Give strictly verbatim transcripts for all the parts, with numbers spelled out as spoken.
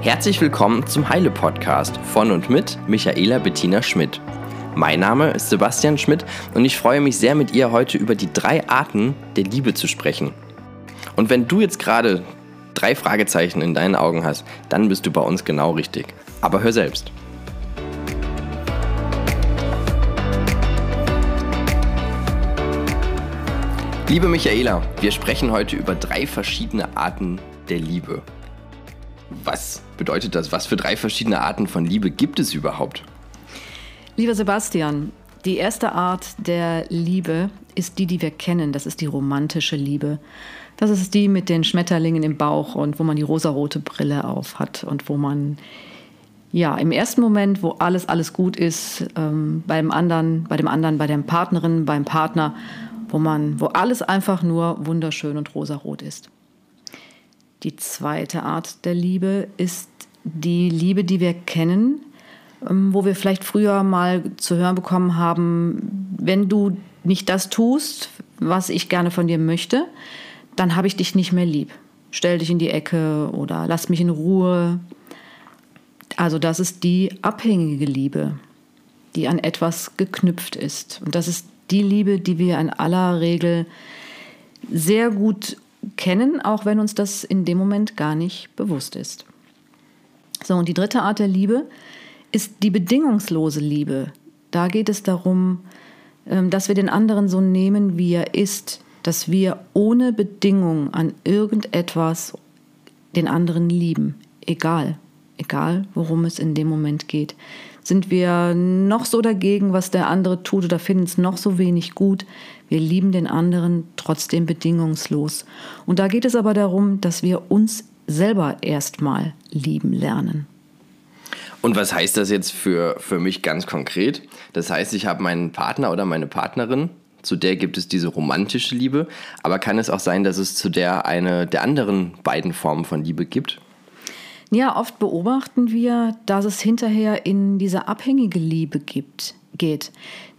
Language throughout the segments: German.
Herzlich willkommen zum Heile-Podcast von und mit Michaela Bettina Schmidt. Mein Name ist Sebastian Schmidt und ich freue mich sehr, mit ihr heute über die drei Arten der Liebe zu sprechen. Und wenn du jetzt gerade drei Fragezeichen in deinen Augen hast, dann bist du bei uns genau richtig. Aber hör selbst. Liebe Michaela, wir sprechen heute über drei verschiedene Arten der Liebe. Was bedeutet das? Was für drei verschiedene Arten von Liebe gibt es überhaupt? Lieber Sebastian, die erste Art der Liebe ist die, die wir kennen. Das ist die romantische Liebe. Das ist die mit den Schmetterlingen im Bauch und wo man die rosarote Brille auf hat und wo man ja im ersten Moment, wo alles, alles gut ist, ähm, beim anderen, bei dem anderen, bei der Partnerin, beim Partner, wo man, wo alles einfach nur wunderschön und rosarot ist. Die zweite Art der Liebe ist die Liebe, die wir kennen, wo wir vielleicht früher mal zu hören bekommen haben, wenn du nicht das tust, was ich gerne von dir möchte, dann habe ich dich nicht mehr lieb. Stell dich in die Ecke oder lass mich in Ruhe. Also das ist die abhängige Liebe, die an etwas geknüpft ist. Und das ist die Liebe, die wir in aller Regel sehr gut kennen, auch wenn uns das in dem Moment gar nicht bewusst ist. So, und die dritte Art der Liebe ist die bedingungslose Liebe. Da geht es darum, dass wir den anderen so nehmen, wie er ist, dass wir ohne Bedingung an irgendetwas den anderen lieben, egal, egal worum es in dem Moment geht. Sind wir noch so dagegen, was der andere tut oder finden es noch so wenig gut, wir lieben den anderen trotzdem bedingungslos. Und da geht es aber darum, dass wir uns selber erstmal lieben lernen. Und was heißt das jetzt für, für mich ganz konkret? Das heißt, ich habe meinen Partner oder meine Partnerin, zu der gibt es diese romantische Liebe, aber kann es auch sein, dass es zu der eine der anderen beiden Formen von Liebe gibt? Ja, oft beobachten wir, dass es hinterher in diese abhängige Liebe gibt, geht.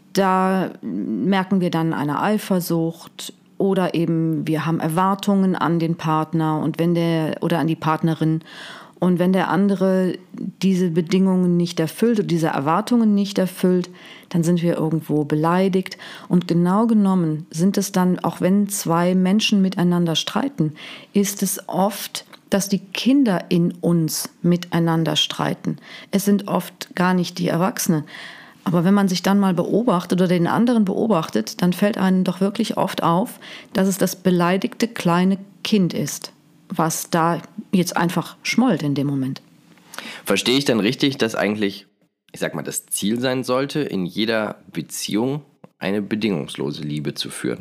Da merken wir dann eine Eifersucht oder eben wir haben Erwartungen an den Partner und wenn der oder an die Partnerin. Und wenn der andere diese Bedingungen nicht erfüllt oder diese Erwartungen nicht erfüllt, dann sind wir irgendwo beleidigt. Und genau genommen sind es dann, auch wenn zwei Menschen miteinander streiten, ist es oft, dass die Kinder in uns miteinander streiten. Es sind oft gar nicht die Erwachsenen. Aber wenn man sich dann mal beobachtet oder den anderen beobachtet, dann fällt einem doch wirklich oft auf, dass es das beleidigte kleine Kind ist, was da jetzt einfach schmollt in dem Moment. Verstehe ich dann richtig, dass eigentlich, ich sag mal, das Ziel sein sollte, in jeder Beziehung eine bedingungslose Liebe zu führen?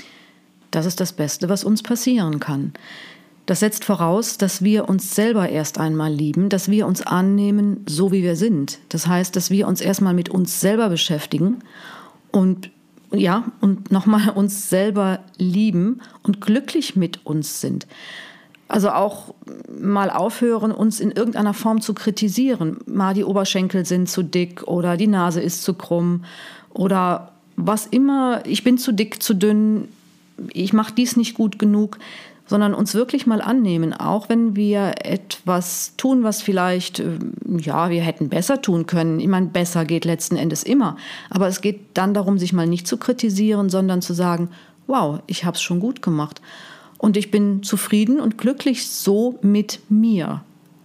Das ist das Beste, was uns passieren kann. Das setzt voraus, dass wir uns selber erst einmal lieben, dass wir uns annehmen, so wie wir sind. Das heißt, dass wir uns erstmal mit uns selber beschäftigen und ja, und nochmal uns selber lieben und glücklich mit uns sind. Also auch mal aufhören, uns in irgendeiner Form zu kritisieren. Mal die Oberschenkel sind zu dick oder die Nase ist zu krumm oder was immer, ich bin zu dick, zu dünn, ich mache dies nicht gut genug, sondern uns wirklich mal annehmen, auch wenn wir etwas tun, was vielleicht, ja, wir hätten besser tun können. Ich meine, besser geht letzten Endes immer. Aber es geht dann darum, sich mal nicht zu kritisieren, sondern zu sagen, wow, ich habe es schon gut gemacht. Und ich bin zufrieden und glücklich so mit mir.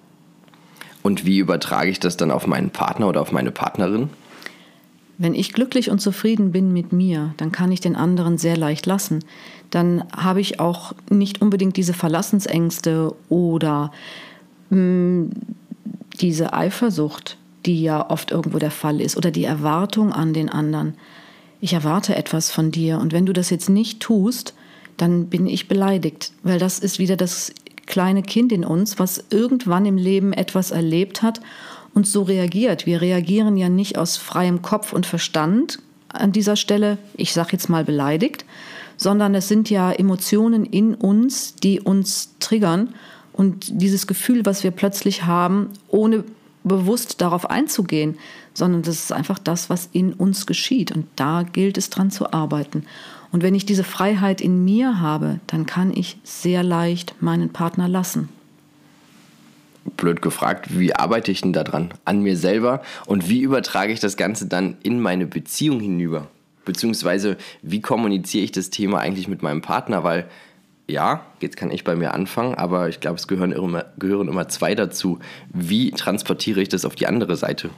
Und wie übertrage ich das dann auf meinen Partner oder auf meine Partnerin? Wenn ich glücklich und zufrieden bin mit mir, dann kann ich den anderen sehr leicht lassen. Dann habe ich auch nicht unbedingt diese Verlassensängste oder mh, diese Eifersucht, die ja oft irgendwo der Fall ist, oder die Erwartung an den anderen. Ich erwarte etwas von dir und wenn du das jetzt nicht tust, dann bin ich beleidigt, weil das ist wieder das kleine Kind in uns, was irgendwann im Leben etwas erlebt hat und so reagiert. Wir reagieren ja nicht aus freiem Kopf und Verstand an dieser Stelle, ich sage jetzt mal beleidigt, sondern es sind ja Emotionen in uns, die uns triggern und dieses Gefühl, was wir plötzlich haben, ohne bewusst darauf einzugehen, sondern das ist einfach das, was in uns geschieht und da gilt es dran zu arbeiten. Und wenn ich diese Freiheit in mir habe, dann kann ich sehr leicht meinen Partner lassen. blöd gefragt, wie arbeite ich denn da dran? An mir selber? Und wie übertrage ich das Ganze dann in meine Beziehung hinüber? Beziehungsweise, wie kommuniziere ich das Thema eigentlich mit meinem Partner? Weil, ja, jetzt kann ich bei mir anfangen, aber ich glaube, es gehören immer, gehören immer zwei dazu. Wie transportiere ich das auf die andere Seite?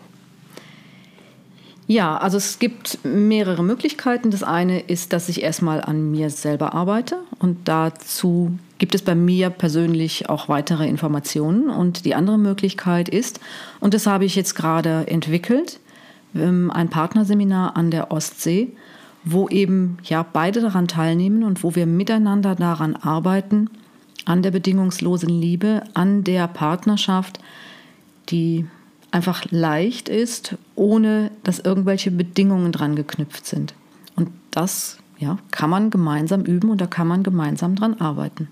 Ja, also es gibt mehrere Möglichkeiten. Das eine ist, dass ich erstmal an mir selber arbeite und dazu gibt es bei mir persönlich auch weitere Informationen. Und die andere Möglichkeit ist, und das habe ich jetzt gerade entwickelt, ein Partnerseminar an der Ostsee, wo eben ja beide daran teilnehmen und wo wir miteinander daran arbeiten, an der bedingungslosen Liebe, an der Partnerschaft, die einfach leicht ist, ohne dass irgendwelche Bedingungen dran geknüpft sind. Und das ja, kann man gemeinsam üben und da kann man gemeinsam dran arbeiten.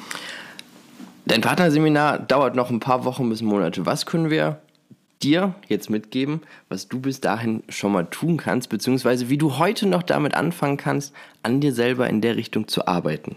Dein Partnerseminar dauert noch ein paar Wochen bis Monate. Was können wir dir jetzt mitgeben, was du bis dahin schon mal tun kannst, beziehungsweise wie du heute noch damit anfangen kannst, an dir selber in der Richtung zu arbeiten?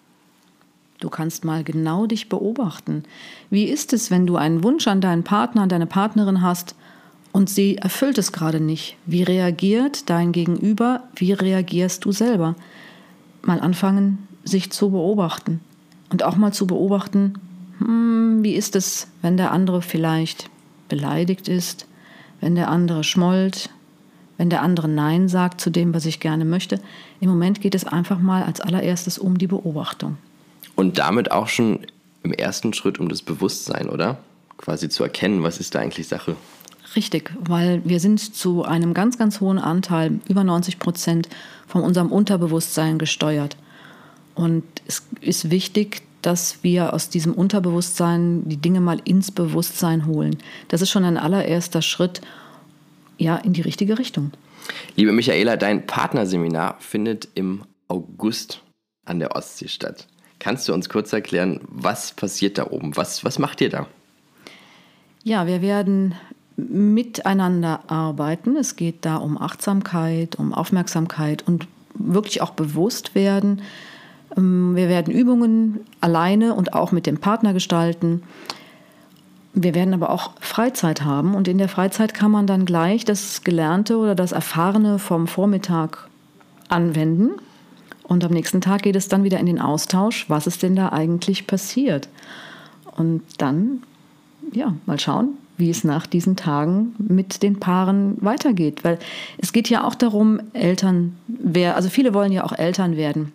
Du kannst mal genau dich beobachten. Wie ist es, wenn du einen Wunsch an deinen Partner, an deine Partnerin hast und sie erfüllt es gerade nicht? Wie reagiert dein Gegenüber? Wie reagierst du selber? Mal anfangen, sich zu beobachten. Und auch mal zu beobachten, hm, wie ist es, wenn der andere vielleicht beleidigt ist, wenn der andere schmollt, wenn der andere Nein sagt zu dem, was ich gerne möchte. Im Moment geht es einfach mal als allererstes um die Beobachtung. Und damit auch schon im ersten Schritt um das Bewusstsein, oder? Quasi zu erkennen, was ist da eigentlich Sache? Richtig, weil wir sind zu einem ganz, ganz hohen Anteil, über neunzig Prozent, von unserem Unterbewusstsein gesteuert. Und es ist wichtig, dass wir aus diesem Unterbewusstsein die Dinge mal ins Bewusstsein holen. Das ist schon ein allererster Schritt, ja, in die richtige Richtung. Liebe Michaela, dein Partnerseminar findet im August an der Ostsee statt. Kannst du uns kurz erklären, was passiert da oben? Was, was macht ihr da? Ja, wir werden miteinander arbeiten. Es geht da um Achtsamkeit, um Aufmerksamkeit und wirklich auch bewusst werden. Wir werden Übungen alleine und auch mit dem Partner gestalten. Wir werden aber auch Freizeit haben und in der Freizeit kann man dann gleich das Gelernte oder das Erfahrene vom Vormittag anwenden. Und am nächsten Tag geht es dann wieder in den Austausch, was ist denn da eigentlich passiert. Und dann, ja, mal schauen, wie es nach diesen Tagen mit den Paaren weitergeht. Weil es geht ja auch darum, Eltern, wer, also viele wollen ja auch Eltern werden.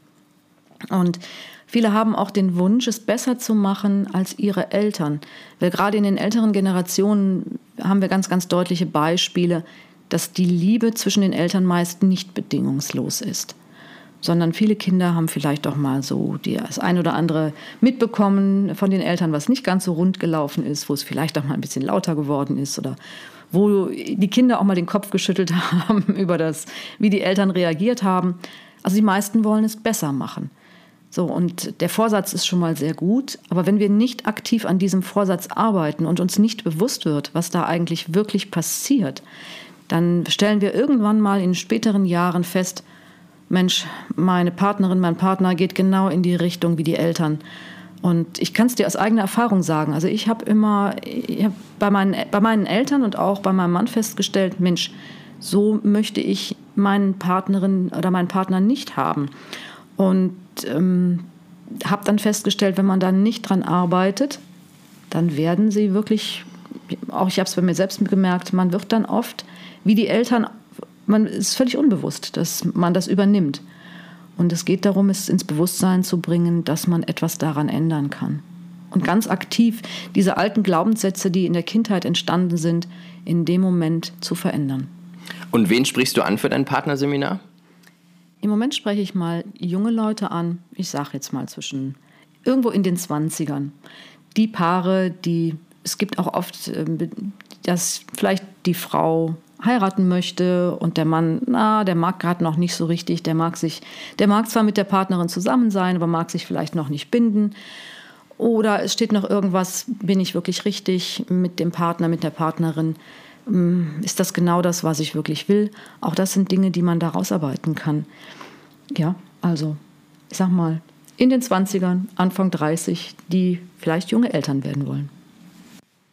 Und viele haben auch den Wunsch, es besser zu machen als ihre Eltern. Weil gerade in den älteren Generationen haben wir ganz, ganz deutliche Beispiele, dass die Liebe zwischen den Eltern meist nicht bedingungslos ist. Sondern viele Kinder haben vielleicht auch mal so das ein oder andere mitbekommen von den Eltern, was nicht ganz so rund gelaufen ist, wo es vielleicht auch mal ein bisschen lauter geworden ist oder wo die Kinder auch mal den Kopf geschüttelt haben über das, wie die Eltern reagiert haben. Also die meisten wollen es besser machen. So, und der Vorsatz ist schon mal sehr gut, aber wenn wir nicht aktiv an diesem Vorsatz arbeiten und uns nicht bewusst wird, was da eigentlich wirklich passiert, dann stellen wir irgendwann mal in späteren Jahren fest, Mensch, meine Partnerin, mein Partner geht genau in die Richtung wie die Eltern. Und ich kann es dir aus eigener Erfahrung sagen. Also ich habe immer ich hab bei, meinen, bei meinen Eltern und auch bei meinem Mann festgestellt, Mensch, so möchte ich meinen Partnerin oder meinen Partner nicht haben. Und ähm, habe dann festgestellt, wenn man da nicht dran arbeitet, dann werden sie wirklich, auch ich habe es bei mir selbst gemerkt, man wird dann oft wie die Eltern. Man ist völlig unbewusst, dass man das übernimmt. Und es geht darum, es ins Bewusstsein zu bringen, dass man etwas daran ändern kann. Und ganz aktiv diese alten Glaubenssätze, die in der Kindheit entstanden sind, in dem Moment zu verändern. Und wen sprichst du an für dein Partnerseminar? Im Moment spreche ich mal junge Leute an, ich sage jetzt mal zwischen irgendwo in den Zwanzigern. Die Paare, die, es gibt auch oft, dass vielleicht die Frau heiraten möchte und der Mann, na, der mag gerade noch nicht so richtig, der mag sich, der mag zwar mit der Partnerin zusammen sein, aber mag sich vielleicht noch nicht binden. Oder es steht noch irgendwas, bin ich wirklich richtig mit dem Partner, mit der Partnerin? Ist das genau das, was ich wirklich will? Auch das sind Dinge, die man da rausarbeiten kann. Ja, also, ich sag mal, in den Zwanzigern, Anfang dreißig, die vielleicht junge Eltern werden wollen.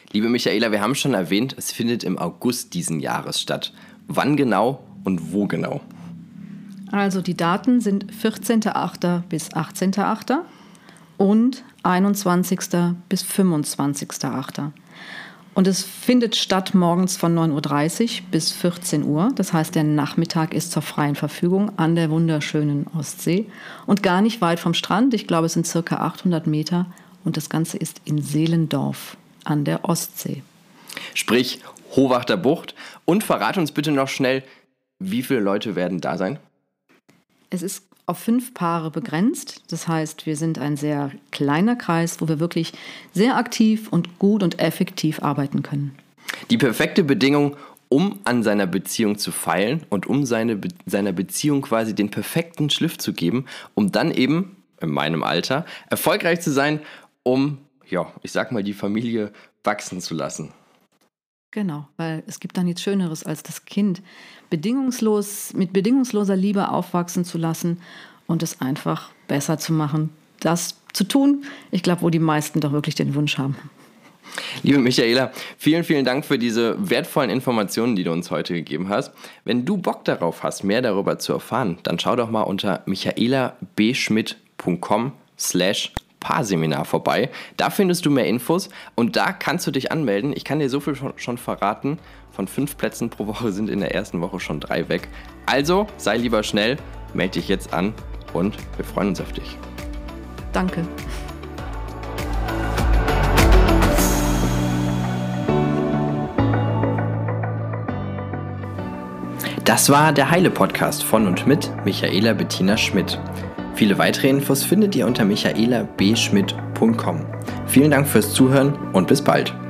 Liebe Michaela, wir haben schon erwähnt, es findet im August diesen Jahres statt. Wann genau und wo genau? Also die Daten sind vierzehnter achter bis achtzehnter achter und einundzwanzigster bis fünfundzwanzigster achter Und es findet statt morgens von neun Uhr dreißig bis vierzehn Uhr. Das heißt, der Nachmittag ist zur freien Verfügung an der wunderschönen Ostsee und gar nicht weit vom Strand. Ich glaube, es sind circa achthundert Meter und das Ganze ist in Seelendorf an der Ostsee. Sprich Hohwachter Bucht. Und verrat uns bitte noch schnell, wie viele Leute werden da sein? Es ist auf fünf Paare begrenzt. Das heißt, wir sind ein sehr kleiner Kreis, wo wir wirklich sehr aktiv und gut und effektiv arbeiten können. Die perfekte Bedingung, um an seiner Beziehung zu feilen und um seine Be- seiner Beziehung quasi den perfekten Schliff zu geben, um dann eben, in meinem Alter, erfolgreich zu sein, um, ja, ich sag mal, die Familie wachsen zu lassen. Genau, weil es gibt da nichts Schöneres, als das Kind bedingungslos, mit bedingungsloser Liebe aufwachsen zu lassen und es einfach besser zu machen, das zu tun, ich glaube, wo die meisten doch wirklich den Wunsch haben. Liebe Michaela, vielen, vielen Dank für diese wertvollen Informationen, die du uns heute gegeben hast. Wenn du Bock darauf hast, mehr darüber zu erfahren, dann schau doch mal unter michaelabschmidt punkt com slash Paarseminar vorbei. Da findest du mehr Infos und da kannst du dich anmelden. Ich kann dir so viel schon verraten. Von fünf Plätzen pro Woche sind in der ersten Woche schon drei weg. Also sei lieber schnell, melde dich jetzt an und wir freuen uns auf dich. Danke. Das war der Heile-Podcast von und mit Michaela Bettina Schmidt. Viele weitere Infos findet ihr unter michaela b schmidt punkt com. Vielen Dank fürs Zuhören und bis bald.